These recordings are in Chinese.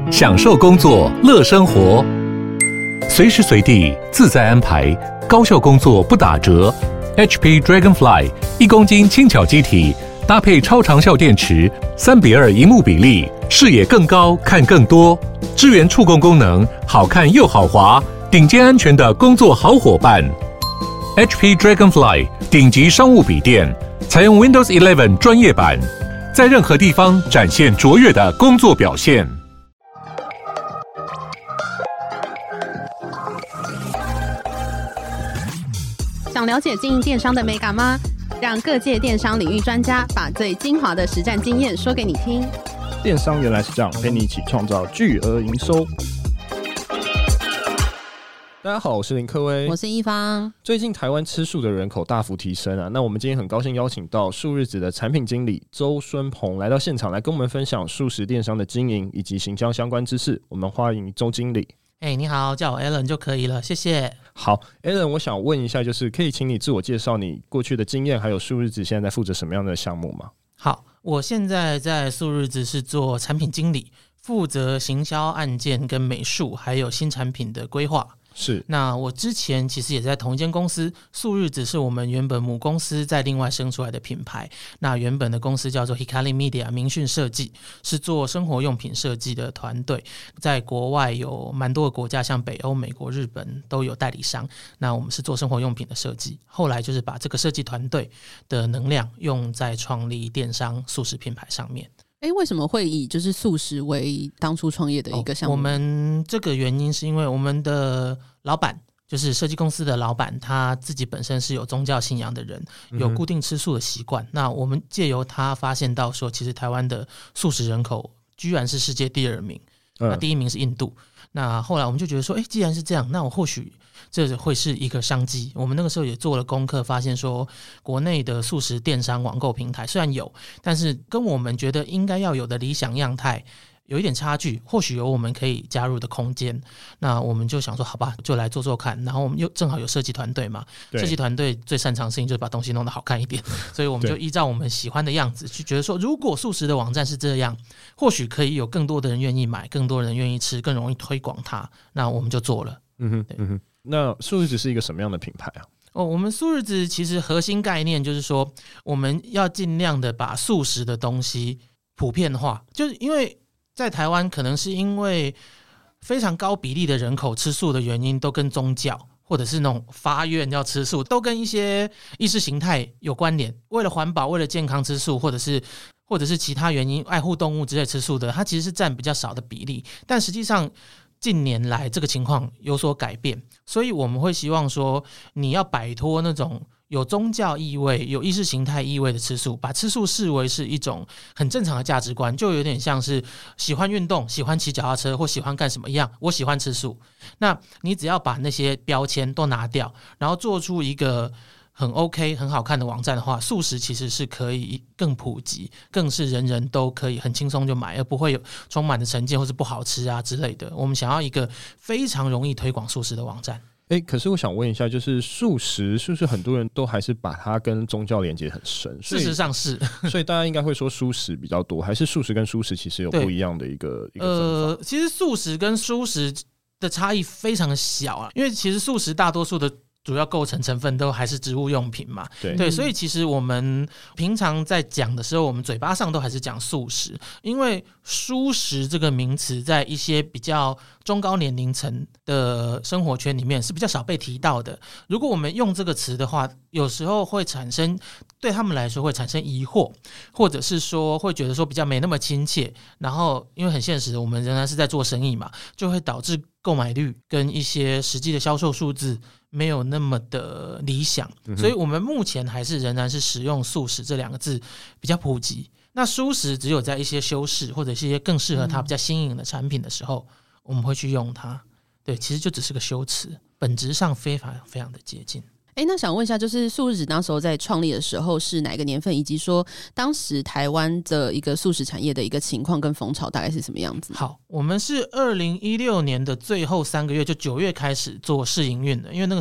享受工作，乐生活，随时随地自在安排，高效工作不打折。HP Dragonfly 1公斤轻巧机体，搭配超长效电池，3:2萤幕比例，视野更高，看更多，支援触控功能，好看又好滑，顶尖安全的工作好伙伴。HP Dragonfly 顶级商务笔电，采用 Windows 11专业版，在任何地方展现卓越的工作表现。 想了解经营电商的美感吗？让各界电商领域专家把最精华的实战经验说给你听。 电商原来是这样，陪你一起创造巨额营收。大家好，我是林克威， 我是一方。 最近台湾吃素的人口大幅提升啊，那我们今天很高兴邀请到素日子的产品经理周孙鹏来到现场，来跟我们分享素食电商的经营以及行销相关知识。我们欢迎周经理。 你好，叫我 Alan 就可以了，谢谢。 好 Alan， 我想问一下，就是可以请你自我介绍你过去的经验，还有素日子现在在负责什么样的项目吗？ 好，我现在在素日子是做产品经理，负责行销案件跟美术还有新产品的规划。 是， 那我之前其实也在同一间公司，素日子是我们原本母公司在另外生出来的品牌。那原本的公司叫做 Hikari Media 明讯设计，是做生活用品设计的团队，在国外有蛮多个国家，像北欧、美国、日本都有代理商。那我们是做生活用品的设计，后来就是把这个设计团队的能量用在创立电商素食品牌上面。 为什么会以就是素食为当初创业的一个项目？ 我们这个原因是因为我们的老板，就是设计公司的老板，他自己本身是有宗教信仰的人，有固定吃素的习惯。那我们借由他发现到说，其实台湾的素食人口居然是世界第2名，那第1名是印度。那后来我们就觉得说，既然是这样，那我或许这会是一个商机。我们那个时候也做了功课，发现说国内的素食电商网购平台虽然有，但是跟我们觉得应该要有的理想样态有一点差距，或许有我们可以加入的空间。那我们就想说好吧，就来做做看。然后我们又正好有设计团队嘛，设计团队最擅长的事情就是把东西弄得好看一点，所以我们就依照我们喜欢的样子去觉得说，如果素食的网站是这样，或许可以有更多的人愿意买，更多人愿意吃，更容易推广它，那我们就做了。 那素日子是一个什么样的品牌啊？ 我们素日子其实核心概念就是说，我们要尽量的把素食的东西普遍化，就是因为在台湾可能是因为非常高比例的人口吃素的原因都跟宗教或者是那种发愿要吃素，都跟一些意识形态有关联，为了环保为了健康吃素，或者是其他原因爱护动物之类吃素的，它其实是占比较少的比例。但实际上近年来这个情况有所改变，所以我们会希望说，你要摆脱那种有宗教意味、有意识形态意味的吃素，把吃素视为是一种很正常的价值观，就有点像是喜欢运动、喜欢骑脚踏车或喜欢干什么一样，我喜欢吃素。那你只要把那些标签都拿掉，然后做出一个很 OK 很好看的网站的话，素食其实是可以更普及，更是人人都可以很轻松就买，而不会有充满的成见或是不好吃啊之类的。我们想要一个非常容易推广素食的网站。 可是我想问一下，就是素食是不是很多人都还是把它跟宗教连接很深？ 事实上是， 所以大家应该会说素食比较多，还是素食跟蔬食其实有不一样的一个分法？ 其实素食跟蔬食的差异非常小啊，因为其实素食大多数的主要构成成分都还是植物用品嘛，对，所以其实我们平常在讲的时候，我们嘴巴上都还是讲素食，因为蔬食这个名词在一些比较中高年龄层的生活圈里面是比较少被提到的。如果我们用这个词的话，有时候会产生对他们来说会产生疑惑，或者是说会觉得说比较没那么亲切，然后因为很现实，我们仍然是在做生意嘛，就会导致购买率跟一些实际的销售数字没有那么的理想，所以我们目前还是仍然是使用素食这2个字比较普及。那蔬食只有在一些修饰或者是一些更适合它比较新颖的产品的时候，我们会去用它。对，其实就只是个修辞，本质上非常非常的接近。 那想问一下，就是素日子那时候在创立的时候是哪个年份，以及说当时台湾的一个素食产业的一个情况跟风潮大概是什么样子？ 好，我们是2016年的最后3个月，就9月开始做试营运的，因为那个时候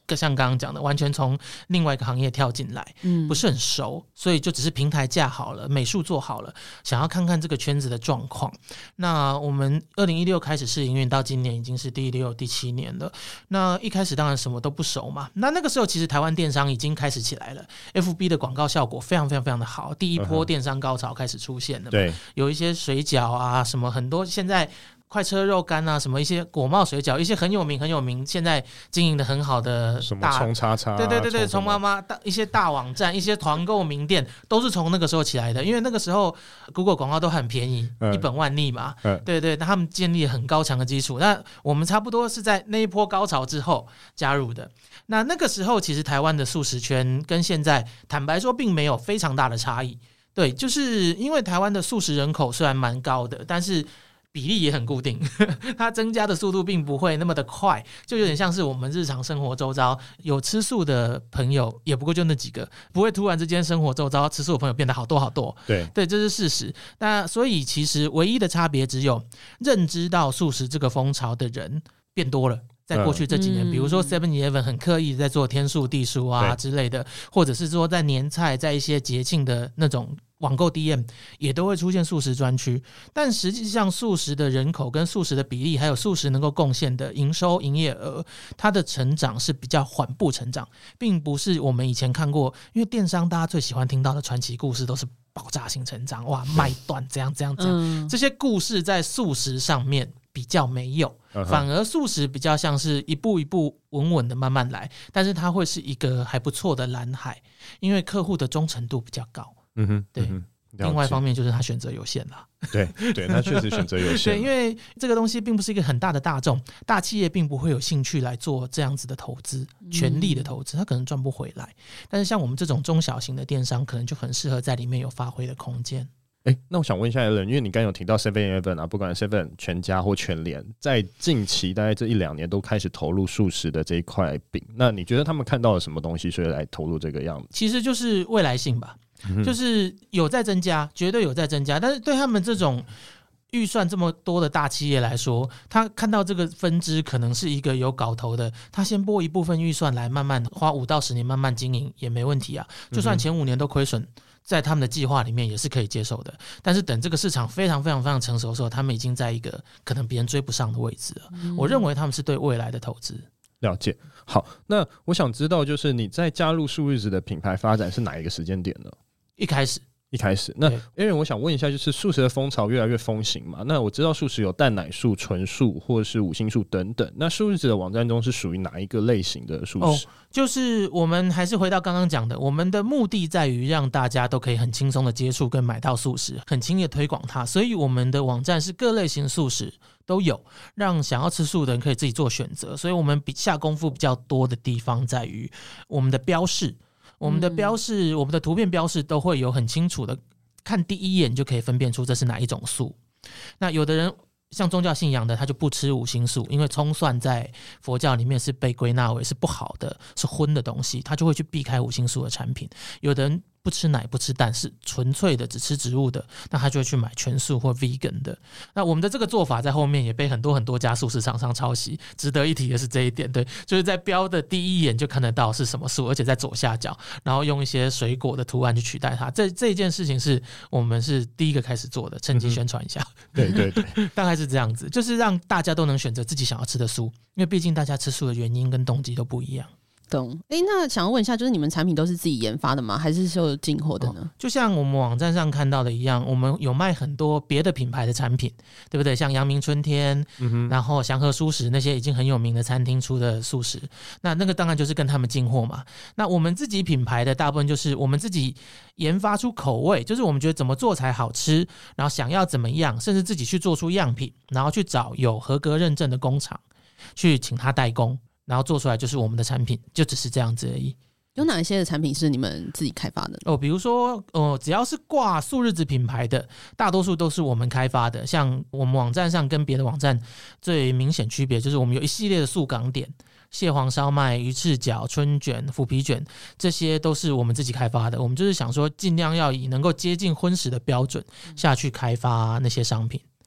像刚刚讲的，完全从另外一个行业跳进来，不是很熟，所以就只是平台架好了，美术做好了，想要看看这个圈子的状况。那我们2016开始试营运，到今年已经是第6、第7年了。那一开始当然什么都不熟嘛，那个时候其实台湾电商已经开始起来了 ，FB 的广告效果非常非常非常的好，第一波电商高潮开始出现了嘛， 对， 有一些水饺啊，什么很多现在。快车肉干啊，什么一些果贸水饺，一些很有名，现在经营的很好的什么葱叉叉， 对，葱妈妈一些大网站，一些团购名店，都是从那个时候起来的。因为那个时候 Google 广告都很便宜，一本万利嘛，对，他们建立很高强的基础。那我们差不多是在那一波高潮之后加入的。那个时候其实台湾的素食圈跟现在坦白说并没有非常大的差异。对，就是因为台湾的素食人口虽然蛮高的，但是比例也很固定它增加的速度并不会那么的快，就有点像是我们日常生活周遭有吃素的朋友也不过就那几个，不会突然之间生活周遭吃素的朋友变得好多好多，对，这是事实。那所以其实唯一的差别只有认知到素食这个风潮的人变多了，在过去这几年，比如说 7-Eleven 很刻意在做天素地素啊之类的，或者是说在年菜，在一些节庆的那种网购 DM 也都会出现素食专区，但实际上素食的人口跟素食的比例，还有素食能够贡献的营收营业额，它的成长是比较缓步成长，并不是我们以前看过，因为电商大家最喜欢听到的传奇故事都是爆炸性成长，哇，卖断这样，这些故事在素食上面比较没有，反而素食比较像是一步一步稳稳的慢慢来，但是它会是一个还不错的蓝海，因为客户的忠诚度比较高。对。另外一方面就是他选择有限啦， 对，他确实选择有限。 对，因为这个东西并不是一个很大的大众，大企业并不会有兴趣来做这样子的投资，全力的投资，他可能赚不回来。但是像我们这种中小型的电商，可能就很适合在里面有发挥的空间。 那我想问一下 Alan， 因为你刚刚有提到 7-Eleven 啊，不管 7 全家或全联，在近期大概这1-2年都开始投入素食的这一块饼，那你觉得他们看到了什么东西，所以来投入这个样子？ 其实就是未来性吧。就是有在增加，绝对有在增加，但是对他们这种预算这么多的大企业来说，他看到这个分支可能是一个有搞头的，他先拨一部分预算来慢慢花5到10年慢慢经营也没问题啊，就算前5年都亏损，在他们的计划里面也是可以接受的。但是等这个市场非常非常非常成熟的时候，他们已经在一个可能别人追不上的位置了。我认为他们是对未来的投资。 了解。好，那我想知道就是你在加入素日子的品牌发展是哪一个时间点呢？一开始，那因为我想问一下，就是素食的风潮越来越风行嘛，那我知道素食有蛋奶素、纯素或者是5星素等等，那素日子的网站中是属于哪一个类型的素食？ 就是我们还是回到刚刚讲的，我们的目的在于让大家都可以很轻松的接触跟买到素食，很轻易的推广它，所以我们的网站是各类型素食都有，让想要吃素的人可以自己做选择。所以我们下功夫比较多的地方在于我们的标示。我们的图片标示都会有很清楚的，看第一眼就可以分辨出这是哪一种素。那有的人像宗教信仰的，他就不吃5星素，因为葱蒜在佛教里面是被归纳为是不好的，是荤的东西，他就会去避开5星素的产品。有的人不吃奶不吃蛋，是纯粹的只吃植物的，那他就会去买全素或 vegan 的。那我们的这个做法在后面也被很多家素食厂商抄袭，值得一提的是这一点，对，就是在标的第一眼就看得到是什么素，而且在左下角，然后用一些水果的图案去取代它。这一件事情是我们是第一个开始做的，趁机宣传一下。 对， 大概是这样子，就是让大家都能选择自己想要吃的素，因为毕竟大家吃素的原因跟动机都不一样。 懂。那想要问一下，就是你们产品都是自己研发的吗？还是说进货的呢？ 就像我们网站上看到的一样，我们有卖很多别的品牌的产品，对不对？像阳明春天，然后祥和素食那些已经很有名的餐厅出的素食，那个当然就是跟他们进货嘛。那我们自己品牌的大部分就是我们自己研发出口味，就是我们觉得怎么做才好吃，然后想要怎么样，甚至自己去做出样品，然后去找有合格认证的工厂去请他代工，然后做出来就是我们的产品，就只是这样子而已。 有哪一些的产品是你们自己开发的？ 比如说只要是挂素日子品牌的，大多数都是我们开发的。像我们网站上跟别的网站最明显区别就是我们有一系列的素港点，蟹黄烧麦、鱼翅饺、春卷、腐皮卷，这些都是我们自己开发的。我们就是想说尽量要以能够接近荤食的标准下去开发那些商品。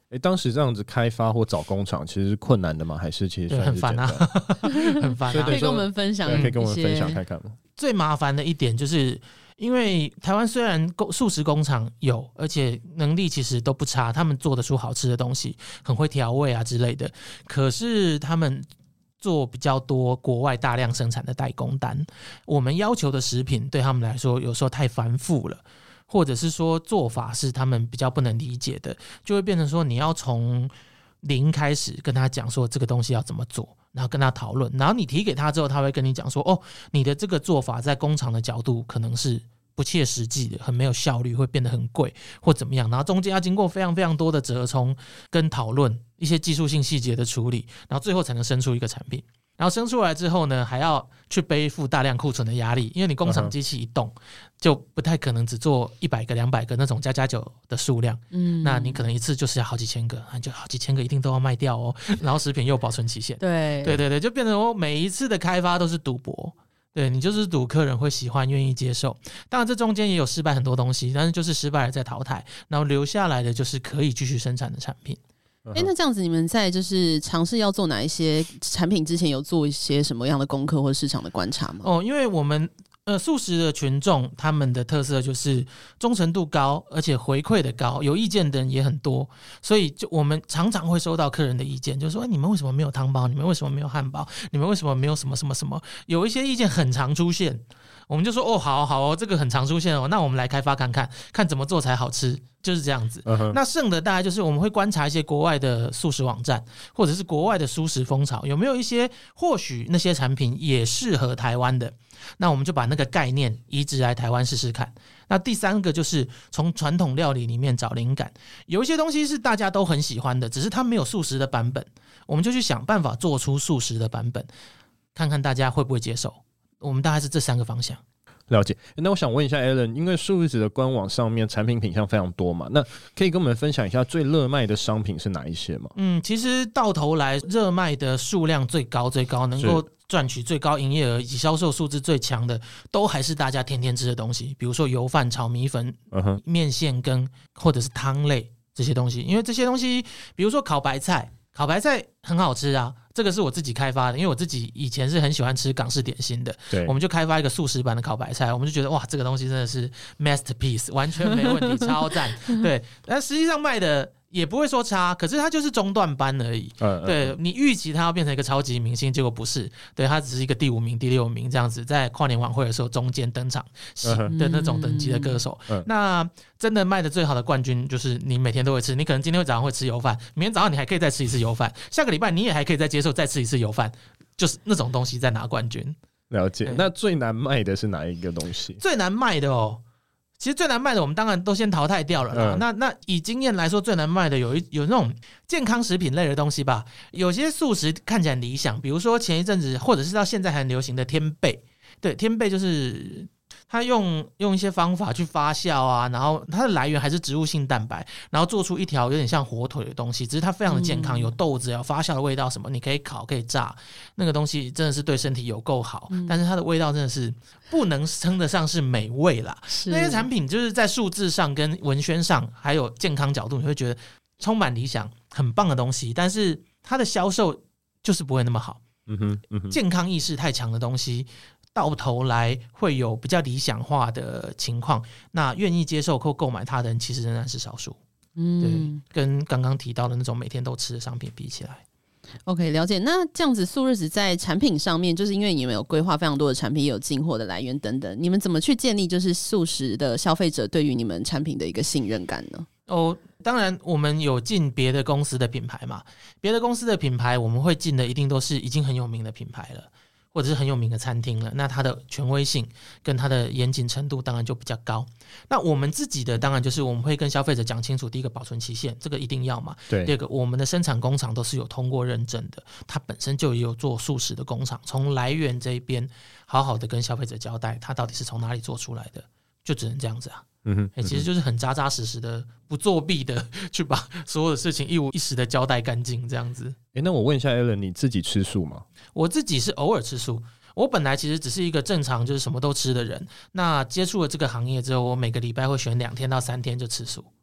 当时这样子开发或找工厂其实是困难的吗？还是其实算是很烦啊，很烦啊。 可以跟我们分享， 可以跟我们分享看看吗？ 最麻烦的一点就是，因为台湾虽然素食工厂有，而且能力其实都不差，他们做得出好吃的东西，很会调味啊之类的，可是他们做比较多国外大量生产的代工单，我们要求的食品对他们来说有时候太繁复了，或者是说做法是他们比较不能理解的，就会变成说你要从零开始跟他讲说这个东西要怎么做，然后跟他讨论，然后你提给他之后，他会跟你讲说，哦，你的这个做法在工厂的角度可能是不切实际的，很没有效率，会变得很贵或怎么样，然后中间要经过非常非常多的折冲跟讨论，一些技术性细节的处理，然后最后才能生出一个产品。然后生出来之后呢，还要去背负大量库存的压力，因为你工厂机器一动，就不太可能只做100个、200个那种加酒的数量，那你可能一次就是要好几千个，就好几千个一定都要卖掉哦。然后食品又有保存期限，对，就变成我每一次的开发都是赌博。对，你就是赌客人会喜欢愿意接受，当然这中间也有失败很多东西，但是就是失败了再淘汰，然后留下来的就是可以继续生产的产品。 那这样子你们在就是尝试要做哪一些产品之前有做一些什么样的功课或市场的观察吗？ 因为我们素食的群众他们的特色就是忠诚度高，而且回馈的高，有意见的人也很多，所以就我们常常会收到客人的意见，就是说，你们为什么没有汤包？你们为什么没有汉堡？你们为什么没有什么什么什么？有一些意见很常出现，我们就说，好，这个很常出现哦，那我们来开发看看，看怎么做才好吃，就是这样子。那剩的大概就是我们会观察一些国外的素食网站，或者是国外的蔬食风潮，有没有一些或许那些产品也适合台湾的，那我们就把那个概念移植来台湾试试看。那第三个就是从传统料理里面找灵感，有一些东西是大家都很喜欢的，只是它没有素食的版本，我们就去想办法做出素食的版本，看看大家会不会接受。我们大概是这3个方向。 了解。那我想问一下 Alan， 因为素日子的官网上面产品品项非常多嘛，那可以跟我们分享一下最热卖的商品是哪一些吗？ 其实到头来热卖的数量最高能够赚取最高营业额以及销售数字最强的，都还是大家天天吃的东西，比如说油饭、炒米粉、面线羹或者是汤类这些东西。因为这些东西，比如说烤白菜很好吃啊，这个是我自己开发的，因为我自己以前是很喜欢吃港式点心的，对，我们就开发一个素食版的烤白菜，我们就觉得哇，这个东西真的是 masterpiece， 完全没问题，超赞。对，但实际上卖的也不会说差，可是它就是中段班而已。对，你预期它要变成一个超级明星，结果不是，对，它只是一个第5名、第6名这样子，在跨年晚会的时候中间登场的那种等级的歌手。那真的卖的最好的冠军就是你每天都会吃，你可能今天早上会吃油饭，明天早上你还可以再吃一次油饭，下个礼拜你也还可以再接受再吃一次油饭，就是那种东西在拿冠军。 了解。那最难卖的是哪一个东西？ 最难卖的其实最难卖的我们当然都先淘汰掉了啦。那以经验来说，最难卖的有那种健康食品类的东西吧。有些素食看起来很理想，比如说前一阵子或者是到现在很流行的天贝。对，天贝就是它用一些方法去发酵啊，然后它的来源还是植物性蛋白，然后做出一条有点像火腿的东西，只是它非常的健康，有豆子，有发酵的味道什么，你可以烤可以炸，那个东西真的是对身体有够好，但是它的味道真的是不能称得上是美味啦。那些产品就是在数字上跟文宣上还有健康角度，你会觉得充满理想很棒的东西，但是它的销售就是不会那么好。健康意识太强的东西到头来会有比较理想化的情况，那愿意接受或购买它的人其实仍然是少数。对，跟刚刚提到的那种每天都吃的商品比起来。 OK， 了解。那这样子素日子在产品上面，就是因为你们有规划非常多的产品，也有进货的来源等等，你们怎么去建立就是素食的消费者对于你们产品的一个信任感呢？ 当然我们有进别的公司的品牌嘛，别的公司的品牌我们会进的一定都是已经很有名的品牌了，或者是很有名的餐厅了，那它的权威性跟它的严谨程度当然就比较高。那我们自己的当然就是我们会跟消费者讲清楚，第一个保存期限，这个一定要嘛。对。第二个，我们的生产工厂都是有通过认证的，它本身就有做素食的工厂，从来源这一边好好的跟消费者交代它到底是从哪里做出来的，就只能这样子啊。其实就是很扎扎实实的不作弊的去把所有的事情一五一十的交代干净这样子。 那我问一下 Alan， 你自己吃素吗？ 我自己是偶尔吃素，我本来其实只是一个正常就是什么都吃的人，那接触了这个行业之后，我每个礼拜会选2天到3天就吃素。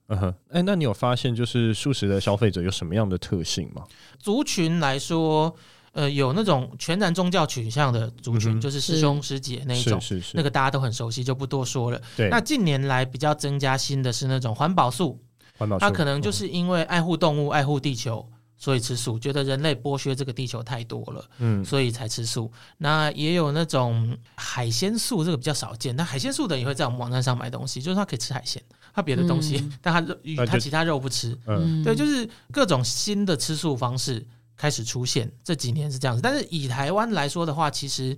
那你有发现就是素食的消费者有什么样的特性吗？ 族群来说，有那种全然宗教取向的族群，就是师兄师姐那一种， 是那个大家都很熟悉，就不多说了。 对， 那近年来比较增加新的是那种环保素，他可能就是因为爱护动物、爱护地球，所以吃素，觉得人类剥削这个地球太多了，所以才吃素。那也有那种海鲜素，这个比较少见，但海鲜素的也会在我们网站上买东西，就是他可以吃海鲜，他别的东西，但他其他肉不吃。对，就是各种新的吃素方式开始出现，这几年是这样子。但是以台湾来说的话，其实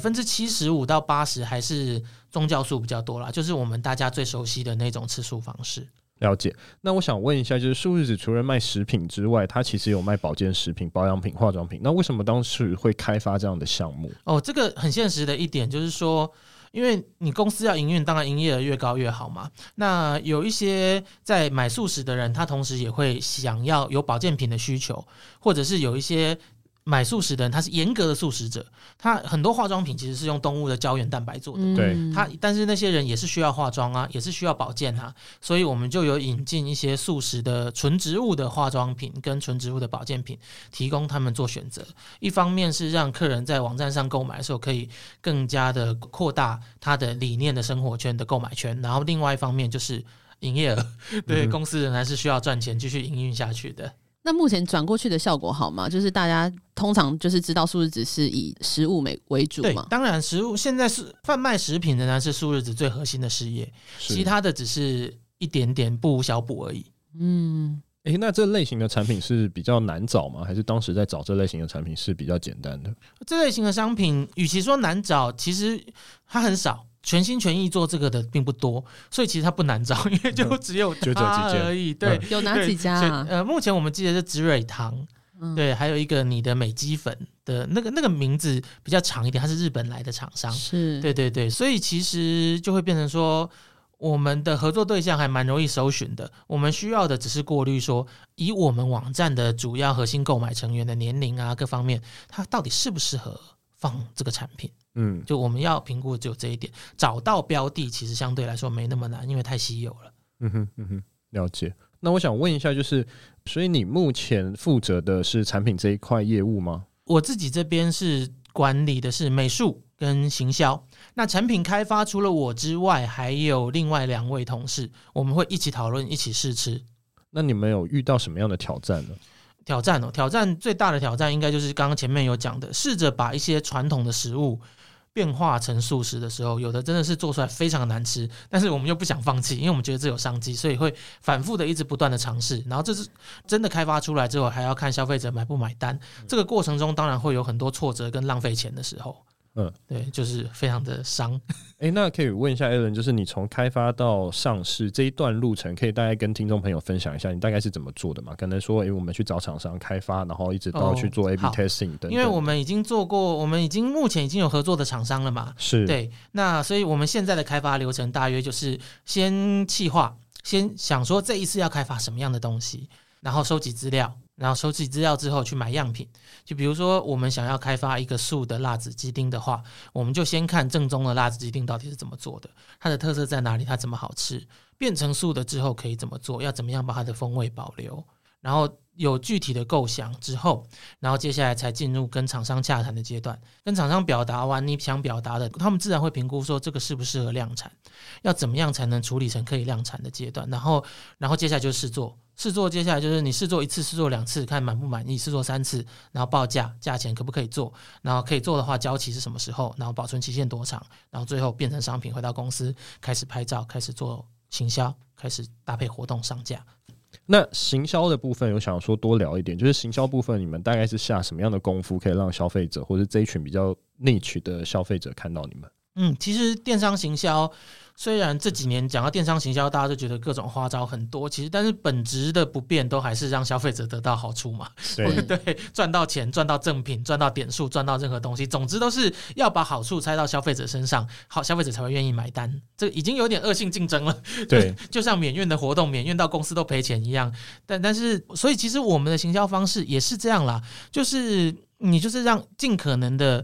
75%到80%还是宗教素比较多啦，就是我们大家最熟悉的那种吃素方式。 了解。那我想问一下，就是素日子除了卖食品之外，它其实有卖保健食品、保养品、化妆品。那为什么当时会开发这样的项目？ 这个很现实的一点就是说，因为你公司要营运，当然营业额越高越好嘛。那有一些在买素食的人，他同时也会想要有保健品的需求，或者是有一些买素食的人，他是严格的素食者，他很多化妆品其实是用动物的胶原蛋白做的， 对， 但是那些人也是需要化妆啊，也是需要保健啊，所以我们就有引进一些素食的纯植物的化妆品跟纯植物的保健品，提供他们做选择。一方面是让客人在网站上购买的时候可以更加的扩大他的理念的生活圈的购买圈，然后另外一方面就是营业额，对，公司仍然是需要赚钱继续营运下去的。 那目前转过去的效果好吗？就是大家通常就是知道素日子是以食物为主嘛？ 对，当然食物现在是贩卖食品仍然是素日子最核心的事业，其他的只是一点点不无小补而已。 那这类型的产品是比较难找吗？还是当时在找这类型的产品是比较简单的？ 这类型的商品与其说难找，其实它很少，全心全意做这个的并不多，所以其实它不难找，因为就只有它而已。对， 有哪几家啊？ 目前我们记得是植蕊堂，对，还有一个你的美肌粉的那个名字比较长一点，它是日本来的厂商， 是， 对，所以其实就会变成说，我们的合作对象还蛮容易搜寻的，我们需要的只是过滤说，以我们网站的主要核心购买成员的年龄啊各方面，它到底适不适合放这个产品。就我们要评估的只有这一点，找到标的其实相对来说没那么难，因为太稀有了。 了解。那我想问一下，就是所以你目前负责的是产品这一块业务吗？ 我自己这边是管理的是美术跟行销，那产品开发除了我之外，还有另外2位同事，我们会一起讨论，一起试吃。 那你们有遇到什么样的挑战呢？ 挑战最大的挑战应该就是刚刚前面有讲的，试着把一些传统的食物变化成素食的时候，有的真的是做出来非常难吃，但是我们又不想放弃，因为我们觉得这有商机，所以会反复的一直不断的尝试，然后这是真的开发出来之后，还要看消费者买不买单，这个过程中当然会有很多挫折跟浪费钱的时候。对，就是非常的伤。 那可以问一下 Alan， 就是你从开发到上市这一段路程，可以大概跟听众朋友分享一下，你大概是怎么做的吗？可能说，我们去找厂商开发，然后一直到去做 A/B testing 等等。 因为我们已经做过，我们目前已经有合作的厂商了嘛。 是， 对。那所以我们现在的开发流程大约就是先企划，先想说这一次要开发什么样的东西，然后收集资料。然后收集资料之后去买样品，就比如说我们想要开发一个素的辣子鸡丁的话，我们就先看正宗的辣子鸡丁到底是怎么做的，它的特色在哪里，它怎么好吃，变成素的之后可以怎么做，要怎么样把它的风味保留，然后有具体的构想之后，然后接下来才进入跟厂商洽谈的阶段，跟厂商表达完你想表达的，他们自然会评估说这个适不适合量产，要怎么样才能处理成可以量产的阶段，然后接下来就是试做接下来就是你试做1次试做2次看满不满意，试做3次，然后报价钱可不可以做，然后可以做的话交期是什么时候，然后保存期限多长，然后最后变成商品回到公司开始拍照，开始做行销，开始搭配活动上架。 那行销的部分有想说多聊一点，就是行销部分你们大概是下什么样的功夫可以让消费者或者这一群比较niche的消费者看到你们？ 其实电商行销虽然这几年讲到电商行销大家都觉得各种花招很多，其实但是本质的不变都还是让消费者得到好处嘛。对，赚到钱，赚到赠品，赚到点数，赚到任何东西，总之都是要把好处拆到消费者身上，好消费者才会愿意买单。这已经有点恶性竞争了。 对， 就像免运的活动，免运到公司都赔钱一样。但是所以其实我们的行销方式也是这样啦，就是你就是让尽可能的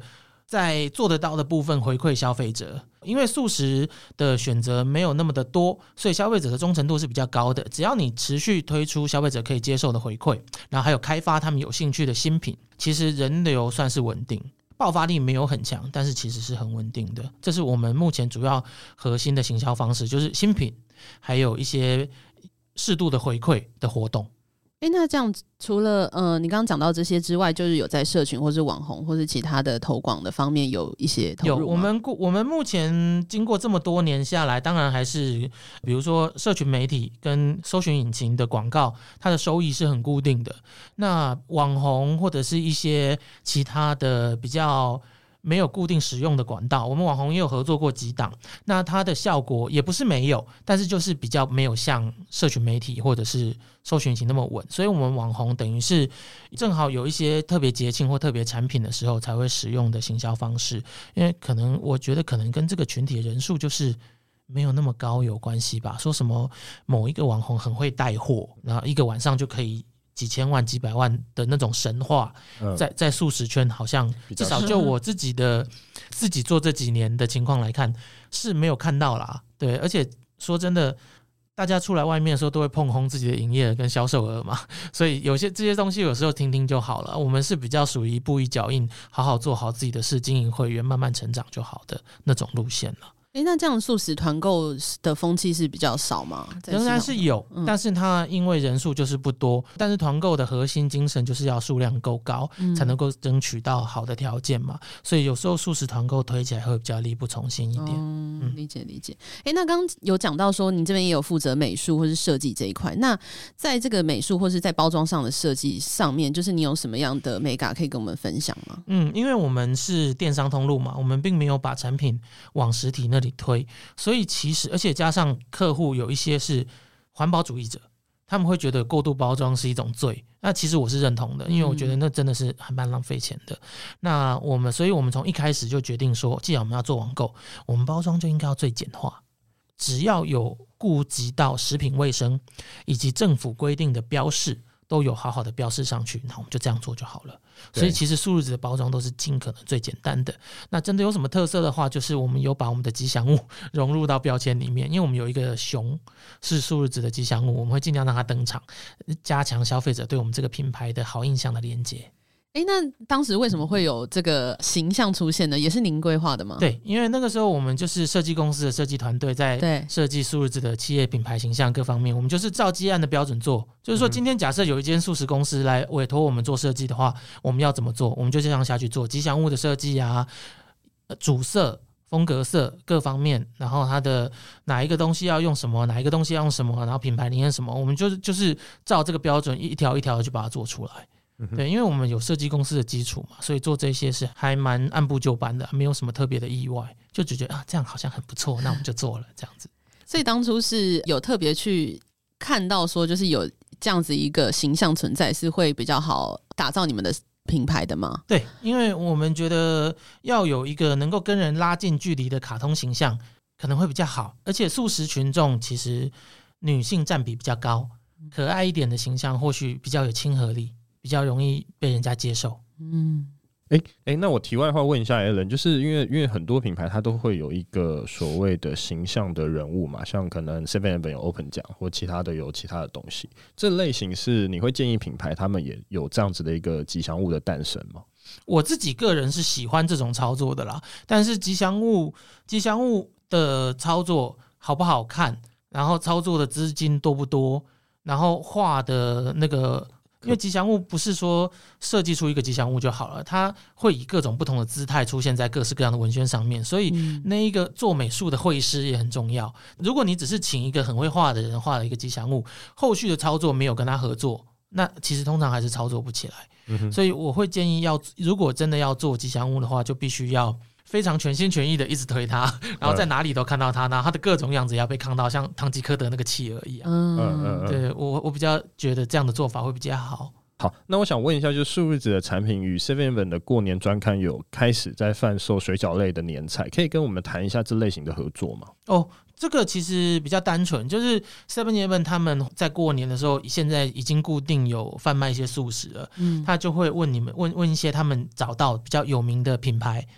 在做得到的部分回馈消费者。因为素食的选择没有那么的多，所以消费者的忠诚度是比较高的。只要你持续推出消费者可以接受的回馈，然后还有开发他们有兴趣的新品，其实人流算是稳定，爆发力没有很强，但是其实是很稳定的。这是我们目前主要核心的行销方式，就是新品还有一些适度的回馈的活动。 那这样除了你刚刚讲到这些之外，就是有在社群或是网红或是其他的投广的方面有一些投入吗？ 我们目前经过这么多年下来，当然还是比如说社群媒体跟搜寻引擎的广告，它的收益是很固定的。那网红或者是一些其他的比较没有固定使用的管道，我们网红也有合作过几档，那它的效果也不是没有，但是就是比较没有像社群媒体或者是搜寻引擎那么稳，所以我们网红等于是正好有一些特别节庆或特别产品的时候才会使用的行销方式。因为可能我觉得可能跟这个群体的人数就是没有那么高有关系吧，说什么某一个网红很会带货，然后一个晚上就可以几千万几百万的那种神话，在素食圈好像至少就我自己做这几年的情况来看是没有看到啦。对，而且说真的，大家出来外面的时候都会碰轰自己的营业额跟销售额嘛，所以这些东西有时候听听就好了。我们是比较属于一步一脚印，好好做好自己的事，经营会员慢慢成长就好的那种路线了。 那这样素食团购的风气是比较少吗？ 仍然是有，但是它因为人数就是不多，但是团购的核心精神就是要数量够高，才能够争取到好的条件嘛，所以有时候素食团购推起来会比较力不从心一点。 理解理解。那刚刚有讲到说你这边也有负责美术或是设计这一块，那在这个美术或是在包装上的设计上面，就是你有什么样的美感可以跟我们分享吗？ 因为我们是电商通路嘛，我们并没有把产品往实体那里推，所以其实而且加上客户有一些是环保主义者，他们会觉得过度包装是一种罪，那其实我是认同的，因为我觉得那真的是还蛮浪费钱的。所以我们从一开始就决定说，既然我们要做网购，我们包装就应该要最简化，只要有顾及到食品卫生以及政府规定的标示都有好好的标示上去，那我们就这样做就好了。所以其实素日子的包装都是尽可能最简单的。那真的有什么特色的话，就是我们有把我们的吉祥物融入到标签里面，因为我们有一个熊是素日子的吉祥物，我们会尽量让它登场，加强消费者对我们这个品牌的好印象的连结。 那当时为什么会有这个形象出现呢？也是您规划的吗？ 对，因为那个时候我们就是设计公司的设计团队在设计素日子的企业品牌形象各方面，我们就是照基案的标准做。就是说今天假设有一间素食公司来委托我们做设计的话，我们要怎么做，我们就这样下去做吉祥物的设计啊，主色风格色各方面，然后它的哪一个东西要用什么，哪一个东西要用什么，然后品牌理念什么，我们就是照这个标准一条一条的去把它做出来。对，因为我们有设计公司的基础嘛，所以做这些是还蛮按部就班的，没有什么特别的意外，就觉得这样好像很不错，那我们就做了这样子。 所以当初是有特别去看到说，就是有这样子一个形象存在，是会比较好打造你们的品牌的吗？ 对，因为我们觉得要有一个能够跟人拉近距离的卡通形象可能会比较好，而且素食群众其实女性占比比较高，可爱一点的形象或许比较有亲和力，比较容易被人家接受。 那我题外话问一下 Alan， 就是因为很多品牌它都会有一个所谓的形象的人物嘛，像可能 7-Eleven 有 Open 奖或其他的有其他的东西，这类型是你会建议品牌他们也有这样子的一个吉祥物的诞生吗？ 我自己个人是喜欢这种操作的啦，但是吉祥物的操作好不好看，然后操作的资金多不多，然后画的那个，因为吉祥物不是说设计出一个吉祥物就好了，它会以各种不同的姿态出现在各式各样的文宣上面，所以那一个做美术的绘师也很重要。如果你只是请一个很会画的人画了一个吉祥物，后续的操作没有跟他合作，那其实通常还是操作不起来。所以我会建议如果真的要做吉祥物的话，就必须要非常全心全意的一直推它，然后在哪里都看到它，然后它的各种样子也要被看到，像唐吉诃德那个企鹅一样。对，我比较觉得这样的做法会比较好。 好，那我想问一下，就是素日子的产品与 7-Eleven 的过年专刊有开始在贩售水饺类的年菜，可以跟我们谈一下这类型的合作吗？ 这个其实比较单纯，就是 7-Eleven 他们在过年的时候，现在已经固定有贩卖一些素食了，他就会问一些他们找到比较有名的品牌，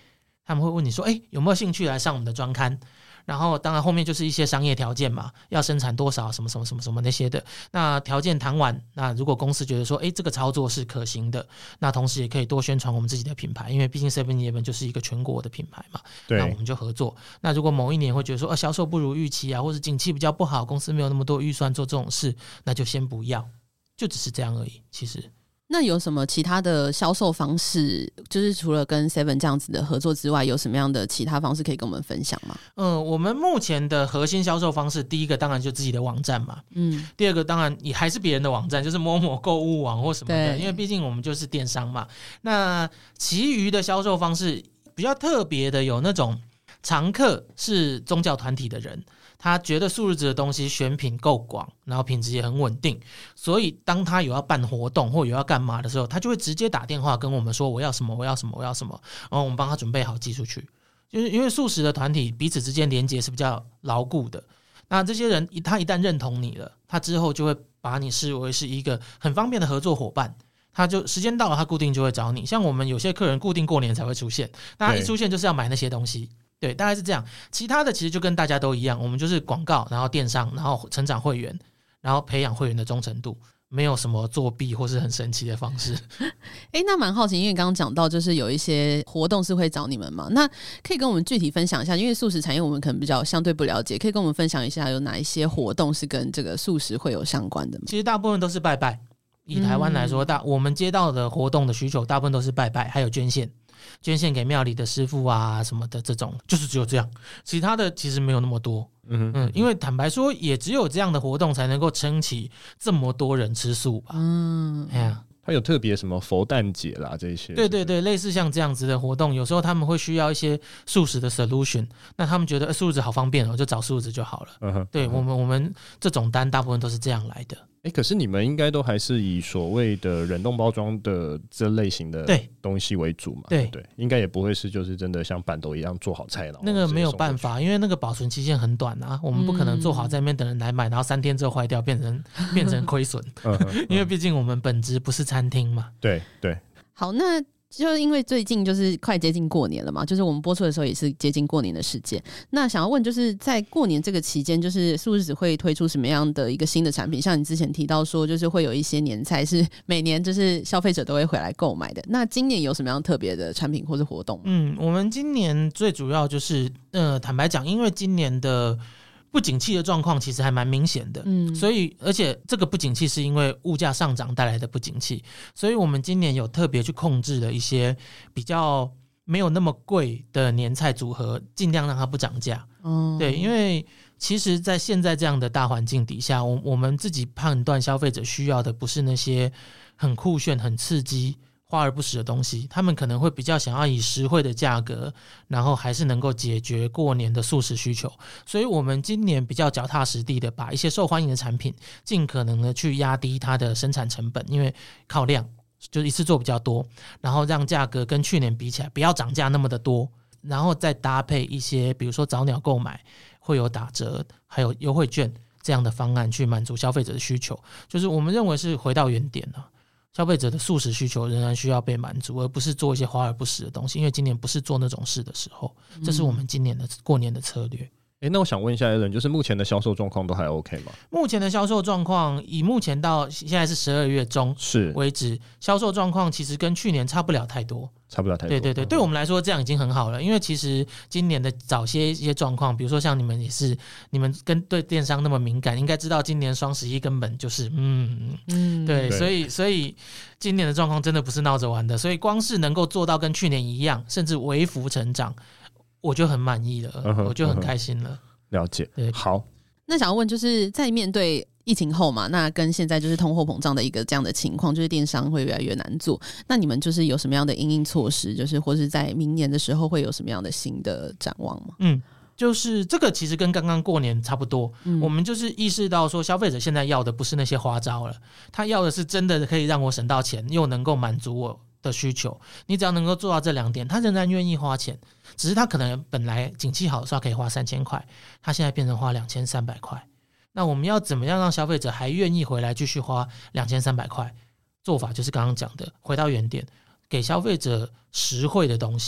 他们会问你说，有没有兴趣来上我们的专刊？然后当然后面就是一些商业条件嘛，要生产多少什么什么什么什么那些的。那条件谈完，那如果公司觉得说，这个操作是可行的，那同时也可以多宣传我们自己的品牌，因为毕竟 7-Eleven 就是一个全国的品牌嘛。 对， 那我们就合作。那如果某一年会觉得说，销售不如预期啊，或者景气比较不好，公司没有那么多预算做这种事，那就先不要，就只是这样而已。其实。 那有什么其他的销售方式？就是除了跟 Seven 这样子的合作之外，有什么样的其他方式可以跟我们分享吗？ 我们目前的核心销售方式，第一个当然就自己的网站嘛，第二个当然也还是别人的网站，就是某某购物网或什么的，因为毕竟我们就是电商嘛。那其余的销售方式比较特别的，有那种常客是宗教团体的人。他觉得素日子的东西选品够广，然后品质也很稳定，所以当他有要办活动或有要干嘛的时候，他就会直接打电话跟我们说我要什么我要什么我要什么，然后我们帮他准备好寄出去。就是因为素食的团体彼此之间连结是比较牢固的，那这些人他一旦认同你了，他之后就会把你视为是一个很方便的合作伙伴。他就时间到了，他固定就会找你。像我们有些客人固定过年才会出现，那他一出现就是要买那些东西。对，大概是这样。其他的其实就跟大家都一样，我们就是广告，然后电商，然后成长会员，然后培养会员的忠诚度，没有什么作弊或是很神奇的方式。 那蛮好奇，因为刚刚讲到就是有一些活动是会找你们嘛，那可以跟我们具体分享一下，因为素食产业我们可能比较相对不了解，可以跟我们分享一下有哪一些活动是跟这个素食会有相关的吗？ 其实大部分都是拜拜。以台湾来说，我们接到的活动的需求大部分都是拜拜，还有捐献给庙里的师傅啊什么的，这种就是只有这样，其他的其实没有那么多。因为坦白说，也只有这样的活动才能够撑起这么多人吃素吧。 它有特别什么佛诞节啦这些？ 对对对，类似像这样子的活动，有时候他们会需要一些素食的 solution， 那他们觉得素食好方便就找素食就好了。对，我们这种单大部分都是这样来的。 可是你们应该都还是以所谓的冷冻包装的这类型的东西为主嘛？对，应该也不会是就是真的像板豆一样做好菜了。 那个没有办法，因为那个保存期限很短啊，我们不可能做好在那边等人来买，然后3天之后坏掉变成亏损。因为毕竟我们本质不是餐厅嘛。对。 好，那就因为最近就是快接近过年了嘛，就是我们播出的时候也是接近过年的时间。那想要问，就是在过年这个期间，就是素日子会推出什么样的一个新的产品？像你之前提到说，就是会有一些年菜是每年就是消费者都会回来购买的。那今年有什么样特别的产品或是活动吗？ 我们今年最主要就是坦白讲，因为今年的不景气的状况其实还蛮明显的，所以而且这个不景气是因为物价上涨带来的不景气，所以我们今年有特别去控制了一些比较没有那么贵的年菜组合，尽量让它不涨价。对，因为其实在现在这样的大环境底下，我们自己判断消费者需要的不是那些很酷炫很刺激花而不实的东西，他们可能会比较想要以实惠的价格，然后还是能够解决过年的素食需求。所以我们今年比较脚踏实地的把一些受欢迎的产品尽可能的去压低它的生产成本，因为靠量就是一次做比较多，然后让价格跟去年比起来不要涨价那么的多，然后再搭配一些比如说早鸟购买会有打折还有优惠券这样的方案去满足消费者的需求，就是我们认为是回到原点了。消费者的素食需求仍然需要被满足，而不是做一些华而不实的东西，因为今年不是做那种事的时候，这是我们今年的过年的策略。 那我想问一下 Alan， 就是目前的销售状况都还 OK 吗？ 目前的销售状况，以目前到现在是12月中为止，销售状况其实跟去年差不了太多。对对对，对我们来说这样已经很好了，因为其实今年的早些一些状况，比如说像你们也是，你们跟对电商那么敏感，应该知道今年双11根本就是对，所以今年的状况真的不是闹着玩的，所以光是能够做到跟去年一样，甚至微幅成长，我就很满意了，我就很开心了。 了解，好。 那想要问，就是在面对疫情后嘛，那跟现在就是通货膨胀的一个这样的情况，就是电商会越来越难做。那你们就是有什么样的因应措施，就是或是在明年的时候会有什么样的新的展望吗？ 就是这个其实跟刚刚过年差不多，我们就是意识到说消费者现在要的不是那些花招了，他要的是真的可以让我省到钱，又能够满足我的需求。你只要能够做到这2点，他仍然愿意花钱，只是他可能本来景气好的时候可以花3000块，他现在变成花2300块。那我们要怎么样让消费者还愿意回来继续花2300块？做法就是刚刚讲的，回到原点，给消费者实惠的东西，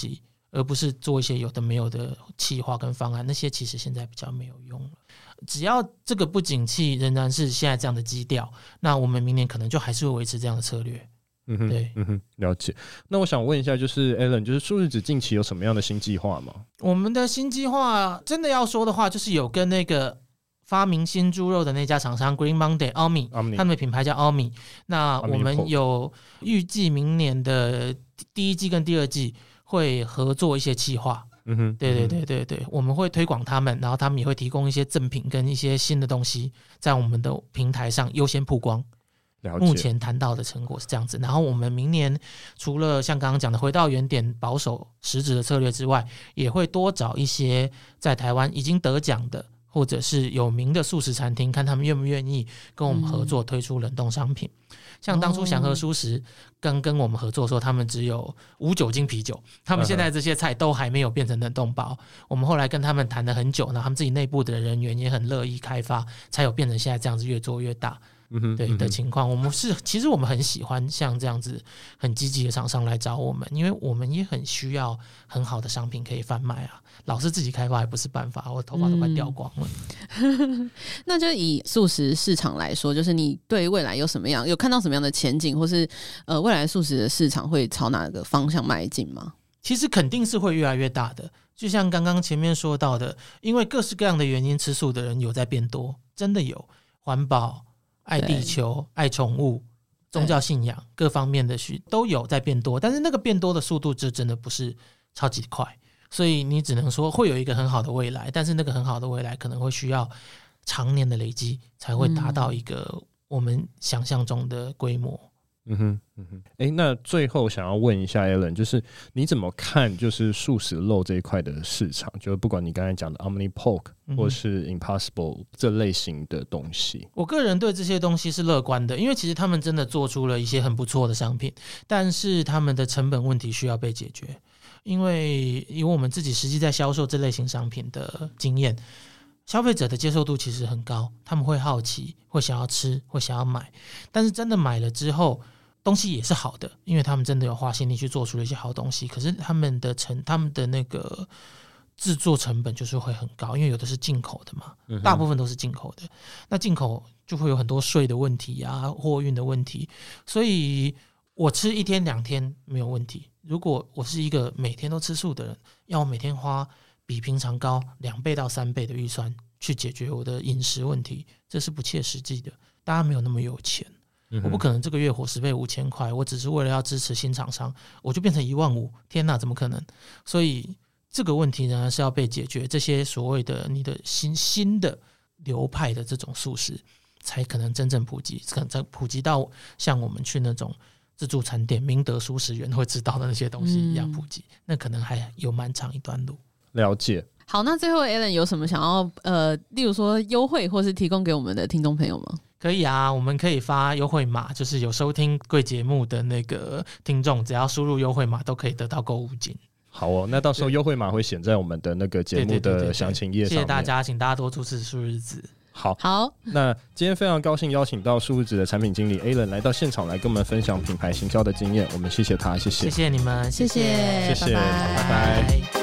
而不是做一些有的没有的企划跟方案，那些其实现在比较没有用了。只要这个不景气仍然是现在这样的基调，那我们明年可能就还是会维持这样的策略。对， 了解。那我想问一下，就是 Alan， 就是数日子近期有什么样的新计划吗？ 我们的新计划真的要说的话，就是有跟那个发明新猪肉的那家厂商 Green Monday 奥米，他们的品牌叫奥米。那我们有预计明年的第一季跟第二季会合作一些企划。对，我们会推广他们，然后他们也会提供一些赠品跟一些新的东西在我们的平台上优先曝光。目前谈到的成果是这样子，然后我们明年除了像刚刚讲的回到原点保守实质的策略之外，也会多找一些在台湾已经得奖的或者是有名的素食餐厅，看他们愿不愿意跟我们合作推出冷冻商品。像当初祥和蔬食跟我们合作的时候，他们只有无酒精啤酒，他们现在这些菜都还没有变成冷冻包。我们后来跟他们谈了很久，然后他们自己内部的人员也很乐意开发，才有变成现在这样子越做越大对的情况。其实我们很喜欢像这样子很积极的厂商来找我们，因为我们也很需要很好的商品可以贩卖啊。老是自己开发也不是办法，我头发都快掉光了。 那就以素食市场来说，就是你对未来有看到什么样的前景，或是未来素食的市场会朝哪个方向迈进吗？ 其实肯定是会越来越大的，就像刚刚前面说到的，因为各式各样的原因，吃素的人有在变多，真的有环保、爱地球、爱宠物、宗教信仰各方面的都有在变多，但是那个变多的速度就真的不是超级快，所以你只能说会有一个很好的未来，但是那个很好的未来可能会需要常年的累积才会达到一个我们想象中的规模。 那最后想要问一下 Alan， 就是你怎么看就是素食肉这一块的市场，就是不管你刚才讲的 Omni Pork 或是 Impossible 这类型的东西。 我个人对这些东西是乐观的，因为其实他们真的做出了一些很不错的商品，但是他们的成本问题需要被解决。因为以我们自己实际在销售这类型商品的经验，消费者的接受度其实很高，他们会好奇，会想要吃，会想要买，但是真的买了之后东西也是好的，因为他们真的有花心力去做出了一些好东西，可是他们的那个制作成本就是会很高，因为有的是进口的嘛，大部分都是进口的，那进口就会有很多税的问题啊，货运的问题，所以我吃1天2天没有问题，如果我是一个每天都吃素的人，要我每天花比平常高2倍到3倍的预算去解决我的饮食问题，这是不切实际的，大家没有那么有钱，我不可能这个月伙食费5000块，我只是为了要支持新厂商，我就变成15000，天哪，怎么可能？所以这个问题呢是要被解决，这些所谓的你的新的流派的这种素食才可能真正普及，可能普及到像我们去那种自助餐店明德素食园会知道的那些东西一样普及，那可能还有蛮长一段路。 了解。 好，那最后 Alan 有什么想要例如说优惠或是提供给我们的听众朋友吗？ 可以啊，我们可以发优惠码，就是有收听贵节目的那个听众，只要输入优惠码都可以得到购物金。 好哦，那到时候优惠码会显在我们的那个节目的详情页上面。 谢谢大家，请大家多支持素日子。 好， 那今天非常高兴邀请到素日子的产品经理 Alan 来到现场来跟我们分享品牌行销的经验，我们谢谢他，谢谢你们， 谢谢， 拜拜。